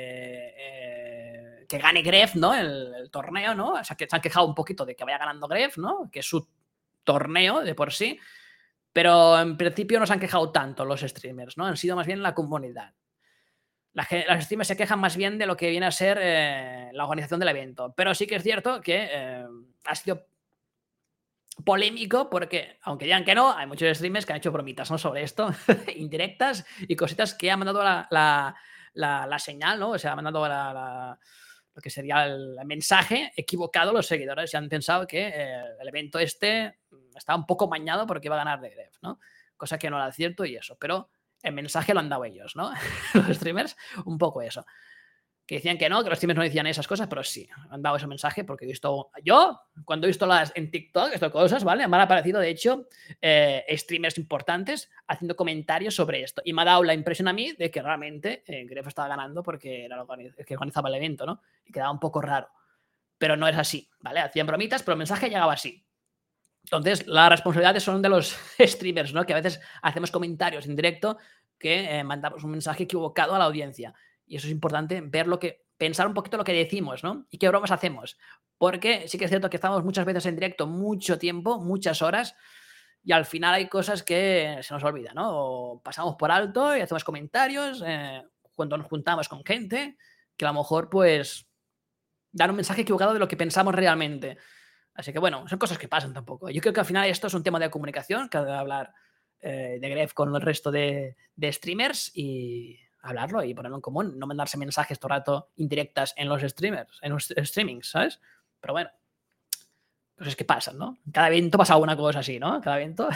que gane Gref, ¿no? El torneo, ¿no? O sea, que se han quejado un poquito de que vaya ganando Gref, ¿no? Que es su torneo de por sí, pero en principio no se han quejado tanto los streamers, ¿no? Han sido más bien la comunidad. Los streamers se quejan más bien de lo que viene a ser la organización del evento, pero sí que es cierto que ha sido polémico porque, aunque digan que no, hay muchos streamers que han hecho bromitas, ¿no?, sobre esto, indirectas y cositas que ha mandado la señal, ¿no? O sea, ha mandado lo que sería el mensaje equivocado a los seguidores y han pensado que el evento estaba un poco mañado porque iba a ganar The Gref, ¿no? Cosa que no era cierto y eso, pero el mensaje lo han dado ellos, ¿no? Los streamers, un poco eso. Que decían que no, que los streamers no decían esas cosas, pero sí, han dado ese mensaje porque he visto, yo, cuando he visto en TikTok, estas cosas, ¿vale? Me han aparecido, de hecho, streamers importantes haciendo comentarios sobre esto. Y me ha dado la impresión a mí de que realmente Gref estaba ganando porque era el que organizaba el evento, ¿no? Y quedaba un poco raro. Pero no es así, ¿vale? Hacían bromitas, pero el mensaje llegaba así. Entonces, las responsabilidades son de los streamers, ¿no? Que a veces hacemos comentarios en directo que mandamos un mensaje equivocado a la audiencia. Y eso es importante, pensar un poquito lo que decimos, ¿no? Y qué bromas hacemos. Porque sí que es cierto que estamos muchas veces en directo mucho tiempo, muchas horas, y al final hay cosas que se nos olvidan, ¿no? O pasamos por alto y hacemos comentarios cuando nos juntamos con gente que a lo mejor, pues, dan un mensaje equivocado de lo que pensamos realmente. Así que bueno, son cosas que pasan tampoco. Yo creo que al final esto es un tema de comunicación, que ha de hablar de Gref con el resto de streamers y hablarlo y ponerlo en común, no mandarse mensajes todo el rato indirectas en los streamers, en los streamings, ¿sabes? Pero bueno, pues es que pasan, ¿no? Cada evento pasa alguna cosa así, ¿no? Cada evento.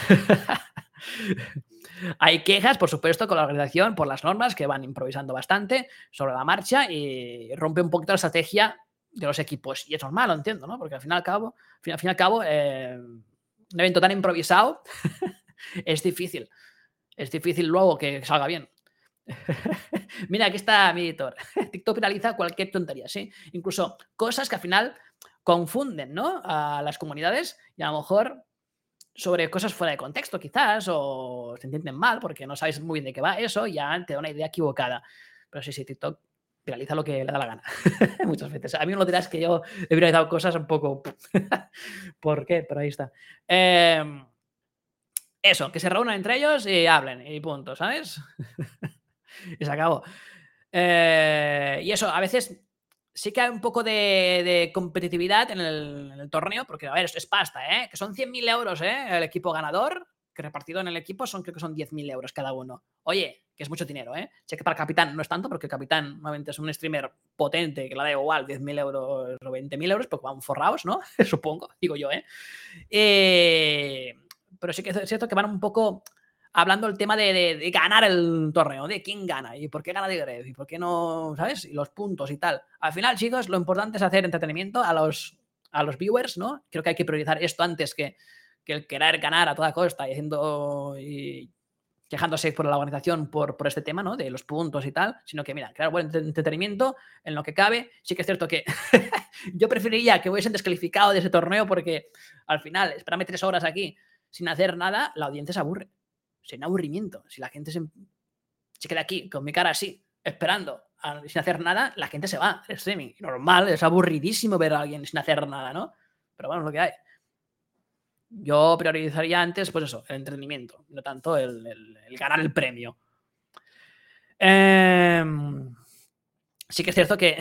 Hay quejas, por supuesto, con la organización por las normas que van improvisando bastante sobre la marcha y rompe un poquito la estrategia de los equipos. Y es normal, lo entiendo, ¿no? Porque al fin y al cabo, un evento tan improvisado es difícil. Es difícil luego que salga bien. Mira, aquí está mi editor. TikTok penaliza cualquier tontería, ¿sí? Incluso cosas que al final confunden, ¿no?, a las comunidades y a lo mejor sobre cosas fuera de contexto, quizás, o se entienden mal porque no sabes muy bien de qué va eso y ya te da una idea equivocada. Pero sí, TikTok viraliza lo que le da la gana. Muchas veces. A mí no lo dirás que yo he viralizado cosas un poco... ¿Por qué? Pero ahí está. Eso, que se reúnan entre ellos y hablen y punto, ¿sabes? Y se acabó. Y eso, a veces sí que hay un poco de competitividad en el torneo, porque, a ver, es pasta, ¿eh? Que son 100.000 euros, ¿eh? El equipo ganador, que repartido en el equipo creo que son 10.000 euros cada uno. Oye, que es mucho dinero, ¿eh? Sé que para el capitán no es tanto, porque el capitán normalmente es un streamer potente, que le da igual 10.000 euros o 20.000 euros, porque van forrados, ¿no? Supongo, digo yo, ¿eh? Pero sí que es cierto que van un poco hablando el tema de ganar el torneo, de quién gana y por qué gana de Gref y por qué no, ¿sabes? Y los puntos y tal. Al final, chicos, lo importante es hacer entretenimiento a los viewers, ¿no? Creo que hay que priorizar esto antes que el querer ganar a toda costa y quejándose por la organización por este tema, ¿no? De los puntos y tal, sino que, mira, crear buen entretenimiento en lo que cabe. Sí que es cierto que yo preferiría que hubiesen descalificado de ese torneo porque al final, esperarme 3 horas aquí sin hacer nada, la audiencia se aburre. Sin aburrimiento. Si la gente se queda aquí con mi cara así, esperando, sin hacer nada, la gente se va al streaming. Normal, es aburridísimo ver a alguien sin hacer nada, ¿no? Pero bueno, es lo que hay. Yo priorizaría antes, pues eso, el entretenimiento, no tanto el ganar el premio. Sí que es cierto que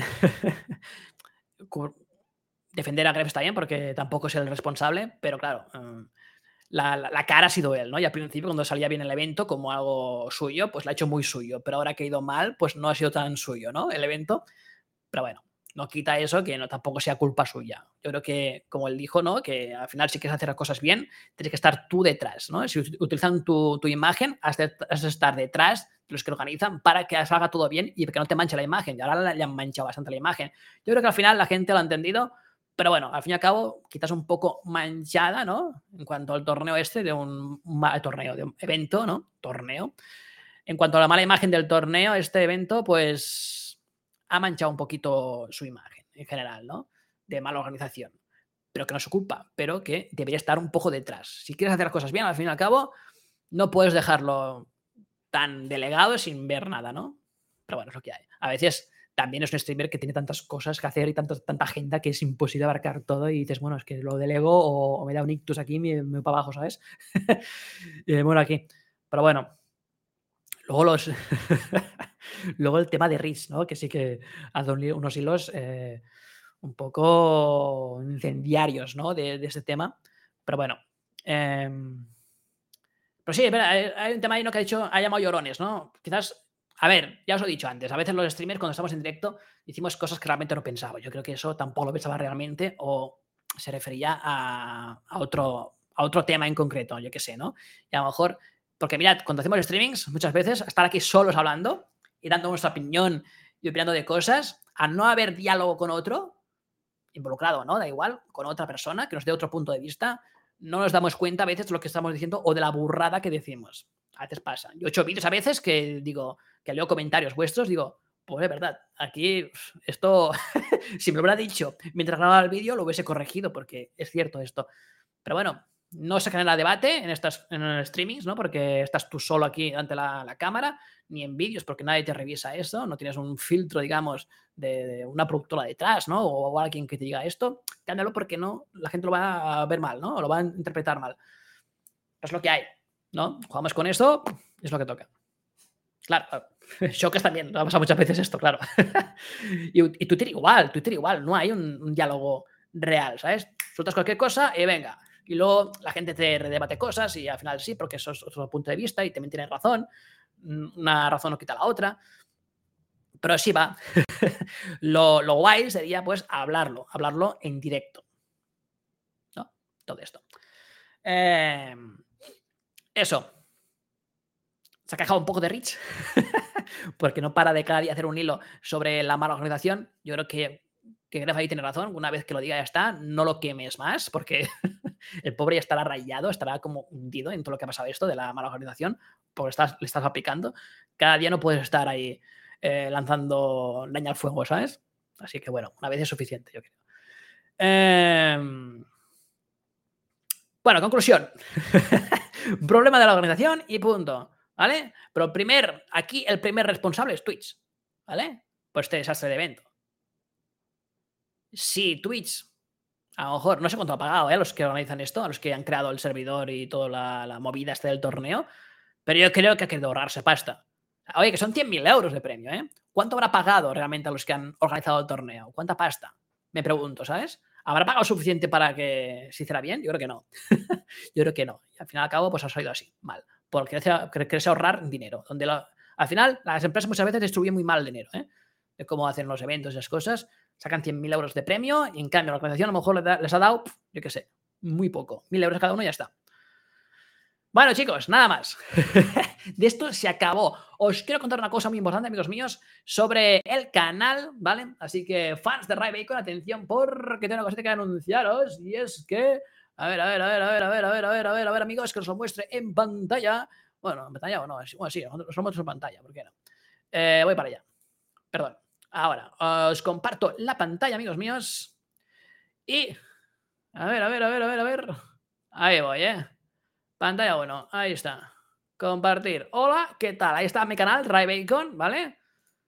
defender a Gref está bien porque tampoco es el responsable, pero claro, la cara ha sido él, ¿no? Y al principio, cuando salía bien el evento como algo suyo, pues lo ha hecho muy suyo, pero ahora que ha ido mal, pues no ha sido tan suyo, ¿no? El evento, pero bueno, no quita eso que no tampoco sea culpa suya. Yo creo que, como él dijo, ¿no?, que al final si quieres hacer las cosas bien, tienes que estar tú detrás, ¿no? Si utilizan tu imagen, has de estar detrás de los que organizan para que salga todo bien y que no te manche la imagen. Y ahora le han manchado bastante la imagen. Yo creo que al final la gente lo ha entendido, pero bueno, al fin y al cabo, quizás un poco manchada, ¿no?, en cuanto al torneo de un evento, ¿no? Torneo. En cuanto a la mala imagen del torneo, este evento, pues ha manchado un poquito su imagen en general, ¿no? De mala organización. Pero que no es su culpa, pero que debería estar un poco detrás. Si quieres hacer las cosas bien, al fin y al cabo, no puedes dejarlo tan delegado sin ver nada, ¿no? Pero bueno, es lo que hay. A veces también es un streamer que tiene tantas cosas que hacer y tanta agenda que es imposible abarcar todo y dices, bueno, es que lo delego o me da un ictus aquí y me voy para abajo, ¿sabes? Y me muero aquí. Pero bueno, luego luego el tema de Riz, ¿no? Que sí que hace unos hilos un poco incendiarios, ¿no?, de ese tema. Pero bueno, Pero sí, espera, hay un tema ahí, ¿no? Que ha llamado llorones, ¿no? Quizás, a ver, ya os lo he dicho antes, a veces los streamers cuando estamos en directo decimos cosas que realmente no pensaba. Yo creo que eso tampoco lo pensaba realmente o se refería a otro tema en concreto, yo qué sé, ¿no? Y a lo mejor, porque mirad, cuando hacemos streamings, muchas veces estar aquí solos hablando y dando nuestra opinión y opinando de cosas, al no haber diálogo con otro, involucrado, ¿no? Da igual, con otra persona que nos dé otro punto de vista, no nos damos cuenta a veces de lo que estamos diciendo o de la burrada que decimos. A veces pasa. Yo he hecho vídeos a veces que digo, que leo comentarios vuestros, digo, pues es verdad, aquí esto, si me lo hubiera dicho mientras grababa el vídeo, lo hubiese corregido, porque es cierto esto. Pero bueno, no se genera debate en los streamings, ¿no? Porque estás tú solo aquí ante la cámara, ni en vídeos, porque nadie te revisa eso, no tienes un filtro, digamos, de una productora detrás, ¿no? O alguien que te diga esto, cámbialo porque no, la gente lo va a ver mal, ¿no? O lo va a interpretar mal. Es lo que hay, ¿no? Jugamos con esto, es lo que toca. Claro, Showcase también, ha pasado muchas veces esto, claro. y Twitter igual, no hay un diálogo real, ¿sabes? Sueltas cualquier cosa y venga. Y luego la gente te redebate cosas y al final sí, porque eso es otro punto de vista y también tienes razón. Una razón no quita la otra. Pero sí va. lo guay sería pues hablarlo en directo, ¿no? Todo esto. Eso. Se ha quejado un poco de Rich porque no para de cada día hacer un hilo sobre la mala organización. Yo creo que Gref ahí tiene razón. Una vez que lo diga ya está, no lo quemes más porque el pobre ya estará rayado, estará como hundido en todo lo que ha pasado esto de la mala organización, porque le estás aplicando. Cada día no puedes estar ahí lanzando leña al fuego, ¿sabes? Así que bueno, una vez es suficiente, yo creo. Bueno, conclusión. Problema de la organización y punto. ¿Vale? Pero aquí el primer responsable es Twitch. ¿Vale? Por este desastre de evento. Si Twitch, a lo mejor, no sé cuánto ha pagado, a los que organizan esto, a los que han creado el servidor y toda la movida del torneo, pero yo creo que ha querido ahorrarse pasta. Oye, que son 100.000 euros de premio, ¿eh? ¿Cuánto habrá pagado realmente a los que han organizado el torneo? ¿Cuánta pasta? Me pregunto, ¿sabes? ¿Habrá pagado suficiente para que se hiciera bien? Yo creo que no. Yo creo que no. Y al final y al cabo, pues ha salido así, mal. Porque quererse ahorrar dinero. Al final, las empresas muchas veces distribuyen muy mal el dinero, ¿eh? De cómo hacen los eventos y esas cosas. Sacan 100.000 euros de premio y en cambio la organización a lo mejor les ha dado, yo qué sé, muy poco. 1.000 euros cada uno y ya está. Bueno, chicos, nada más. De esto se acabó. Os quiero contar una cosa muy importante, amigos míos, sobre el canal, ¿vale? Así que, fans de Ray Bacon, atención, porque tengo una cosita que anunciaros. Y es que. A ver, amigos, que os lo muestre en pantalla. Bueno, en pantalla o no. Bueno, sí, os lo muestro en pantalla, ¿por qué no? Voy para allá. Perdón. Ahora, os comparto la pantalla, amigos míos. Y. A ver. Ahí voy, ¿eh? Pantalla 1, ahí está. Compartir. Hola, ¿qué tal? Ahí está mi canal, Ray Bacon, ¿vale?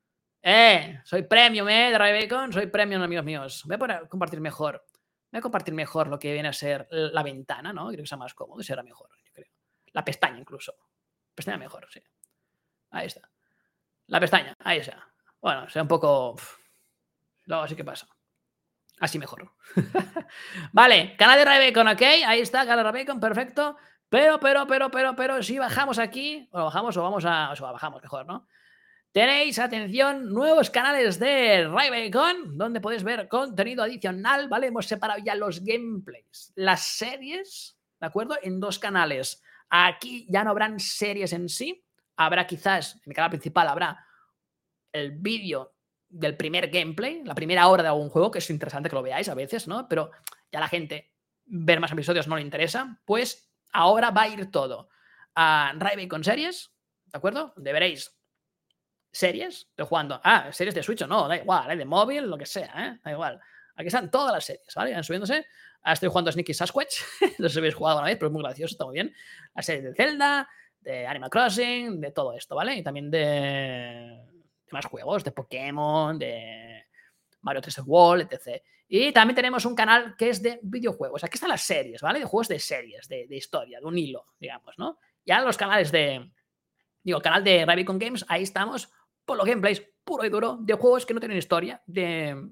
Soy premium, de Ray Bacon, soy premium, amigos míos. Voy a poner compartir mejor. Voy a compartir mejor lo que viene a ser la ventana, ¿no? Creo que sea más cómodo, será mejor, yo creo. La pestaña incluso. Pestaña mejor, sí. Ahí está. La pestaña, ahí está. Bueno, sea un poco... Luego así que pasa. Así mejor. Vale, canal de Ray Bacon, ¿ok? Ahí está, canal de Ray Bacon, perfecto. Pero, si bajamos aquí, o bajamos mejor, ¿no? Tenéis, atención, nuevos canales de Ray Bacon, donde podéis ver contenido adicional, ¿vale? Hemos separado ya los gameplays, las series, ¿de acuerdo? En dos canales. Aquí ya no habrán series en sí, habrá quizás, en mi canal principal habrá el vídeo del primer gameplay, la primera hora de algún juego, que es interesante que lo veáis a veces, ¿no? Pero ya la gente ver más episodios no le interesa, pues ahora va a ir todo a Ray Bacon series, ¿de acuerdo? Donde veréis series, estoy jugando, series de Switch o no, da igual, de móvil, lo que sea, da igual. Aquí están todas las series, ¿vale? Van subiéndose. Ahora estoy jugando a Sneaky Sasquatch, no sé si habéis jugado una vez, pero es muy gracioso, está muy bien. La serie de Zelda, de Animal Crossing, de todo esto, ¿vale? Y también de más juegos, de Pokémon, de Mario 3D World, etc. Y también tenemos un canal que es de videojuegos. Aquí están las series, ¿vale? De juegos de series, de historia, de un hilo, digamos, ¿no? Ya los canales el canal de Ray Bacon Games, ahí estamos por los gameplays puro y duro de juegos que no tienen historia, de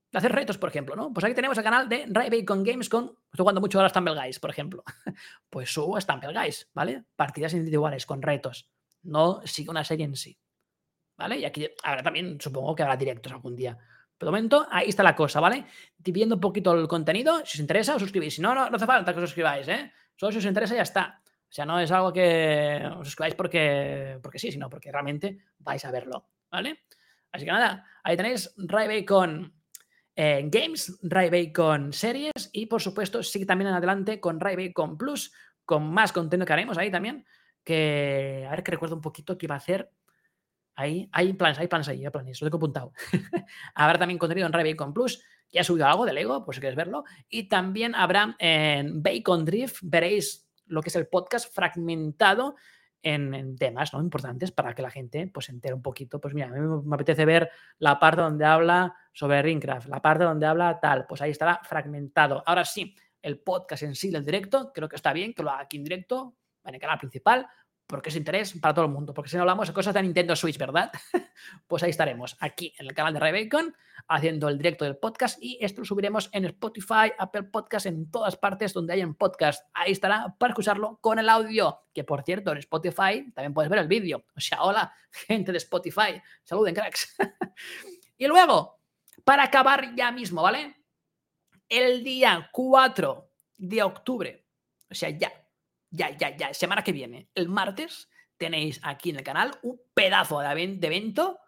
de hacer retos, por ejemplo, ¿no? Pues aquí tenemos el canal de Ray Bacon Games estoy jugando mucho ahora Stumble Guys, por ejemplo. Pues subo Stumble Guys, ¿vale? Partidas individuales con retos. No sigo una serie en sí, ¿vale? Y aquí habrá también, supongo que habrá directos algún día. Pero de momento, ahí está la cosa, ¿vale? Dividiendo un poquito el contenido, si os interesa, os suscribís. Si no, no hace falta que os suscribáis, ¿eh? Solo si os interesa ya está. O sea, no es algo que os suscribáis porque sí, sino porque realmente vais a verlo, ¿vale? Así que nada, ahí tenéis Ray Bacon Games, Ray Bacon Series y por supuesto sigue también en adelante con Ray Bacon Plus, con más contenido que haremos ahí también, que a ver que recuerdo un poquito que iba a hacer. Ahí hay planes ahí, lo tengo apuntado. Habrá también contenido en Ray Bacon Plus, ya he subido algo de Lego, por si queréis verlo, y también habrá en Bacon Drift, veréis lo que es el podcast fragmentado en temas, ¿no?, importantes para que la gente pues se entere un poquito. Pues mira, a mí me apetece ver la parte donde habla sobre Ringcraft, la parte donde habla tal, pues ahí estará fragmentado. Ahora sí, el podcast en sí del directo, creo que está bien que lo haga aquí en directo, en el canal principal, porque es interés para todo el mundo, porque si no hablamos de cosas de Nintendo Switch, ¿verdad? Pues ahí estaremos, aquí en el canal de Ray Bacon, haciendo el directo del podcast y esto lo subiremos en Spotify, Apple Podcast, en todas partes donde hayan podcast. Ahí estará para escucharlo con el audio, que por cierto, en Spotify también puedes ver el vídeo. O sea, hola, gente de Spotify, saluden, cracks. Y luego, para acabar ya mismo, ¿vale? El día 4 de octubre, o sea, ya, semana que viene, el martes, tenéis aquí en el canal un pedazo de evento,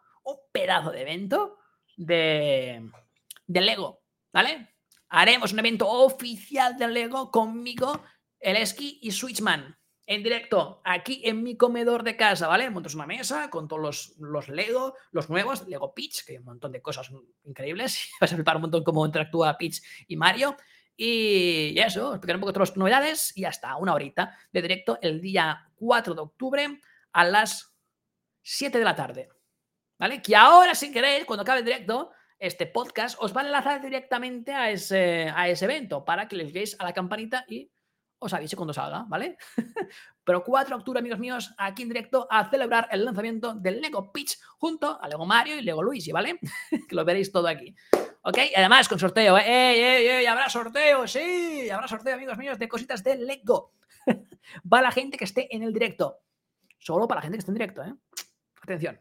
de Lego, ¿vale? Haremos un evento oficial de Lego conmigo, el Esqui y Switchman, en directo, aquí en mi comedor de casa, ¿vale? Montas una mesa con todos los Lego, los nuevos, Lego Peach, que hay un montón de cosas increíbles. Vas a flipar un montón cómo interactúa Peach y Mario. Y eso, explicar un poco todas las novedades y ya está, una horita de directo el día 4 de octubre a las 7 de la tarde, ¿vale? Que ahora, si queréis, cuando acabe el directo, este podcast os va a enlazar directamente a ese evento para que les deis a la campanita y os avise cuando salga, ¿vale? Pero 4 de octubre, amigos míos, aquí en directo a celebrar el lanzamiento del Lego Peach junto a Lego Mario y Lego Luigi, ¿vale? Que lo veréis todo aquí. ¿Ok? Y además con sorteo, ¿eh? ¡Ey! Habrá sorteo, sí, habrá sorteo, amigos míos, de cositas de Lego. Va la gente que esté en el directo. Solo para la gente que esté en directo, ¿eh? Atención.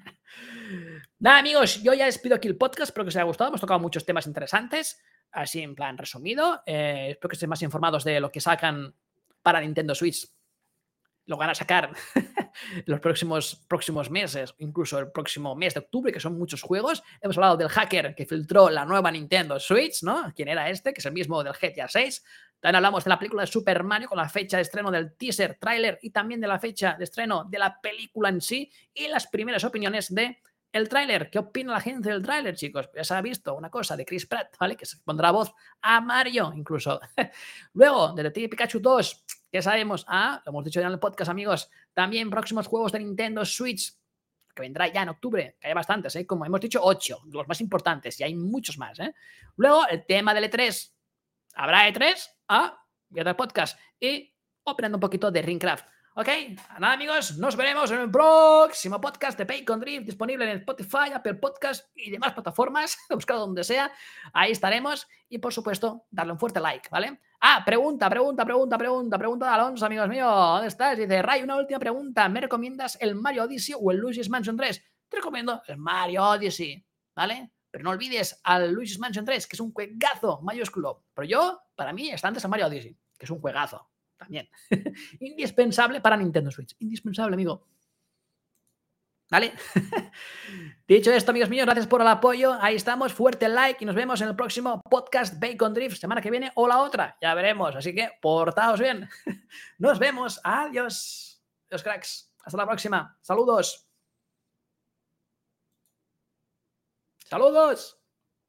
Nada, amigos, yo ya despido aquí el podcast. Espero que os haya gustado. Hemos tocado muchos temas interesantes, así en plan resumido. Espero que estén más informados de lo que sacan para Nintendo Switch. Lo van a sacar los próximos meses, incluso el próximo mes de octubre, que son muchos juegos. Hemos hablado del hacker que filtró la nueva Nintendo Switch, ¿no? ¿Quién era este? Que es el mismo del GTA 6. También hablamos de la película de Super Mario con la fecha de estreno del teaser, tráiler y también de la fecha de estreno de la película en sí y las primeras opiniones de el tráiler. ¿Qué opina la gente del tráiler, chicos? Ya se ha visto una cosa de Chris Pratt, ¿vale? Que se pondrá voz a Mario, incluso. Luego, Detective Pikachu 2, ¿qué sabemos? Lo hemos dicho ya en el podcast, amigos. También próximos juegos de Nintendo Switch, que vendrá ya en octubre, que hay bastantes, ¿eh? Como hemos dicho, 8, los más importantes, y hay muchos más, ¿eh? Luego, el tema del E3. ¿Habrá E3? Voy a dar podcast y opinando un poquito de Ringcraft. Ok, nada, amigos, nos veremos en el próximo podcast de Bacon Drift, disponible en Spotify, Apple Podcast y demás plataformas, buscado donde sea, ahí estaremos y por supuesto darle un fuerte like, ¿vale? Pregunta de Alonso, amigos míos, ¿dónde estás? Dice, Ray, una última pregunta, ¿me recomiendas el Mario Odyssey o el Luigi's Mansion 3? Te recomiendo el Mario Odyssey, ¿vale? Pero no olvides al Luigi's Mansion 3, que es un juegazo mayúsculo, pero para mí está antes el Mario Odyssey, que es un juegazo también. Indispensable para Nintendo Switch. Indispensable, amigo. ¿Vale? Dicho esto, amigos míos, gracias por el apoyo. Ahí estamos. Fuerte like y nos vemos en el próximo podcast Bacon Drift, semana que viene o la otra. Ya veremos. Así que portaos bien. Nos vemos. Adiós. Adiós, cracks. Hasta la próxima. Saludos. Saludos.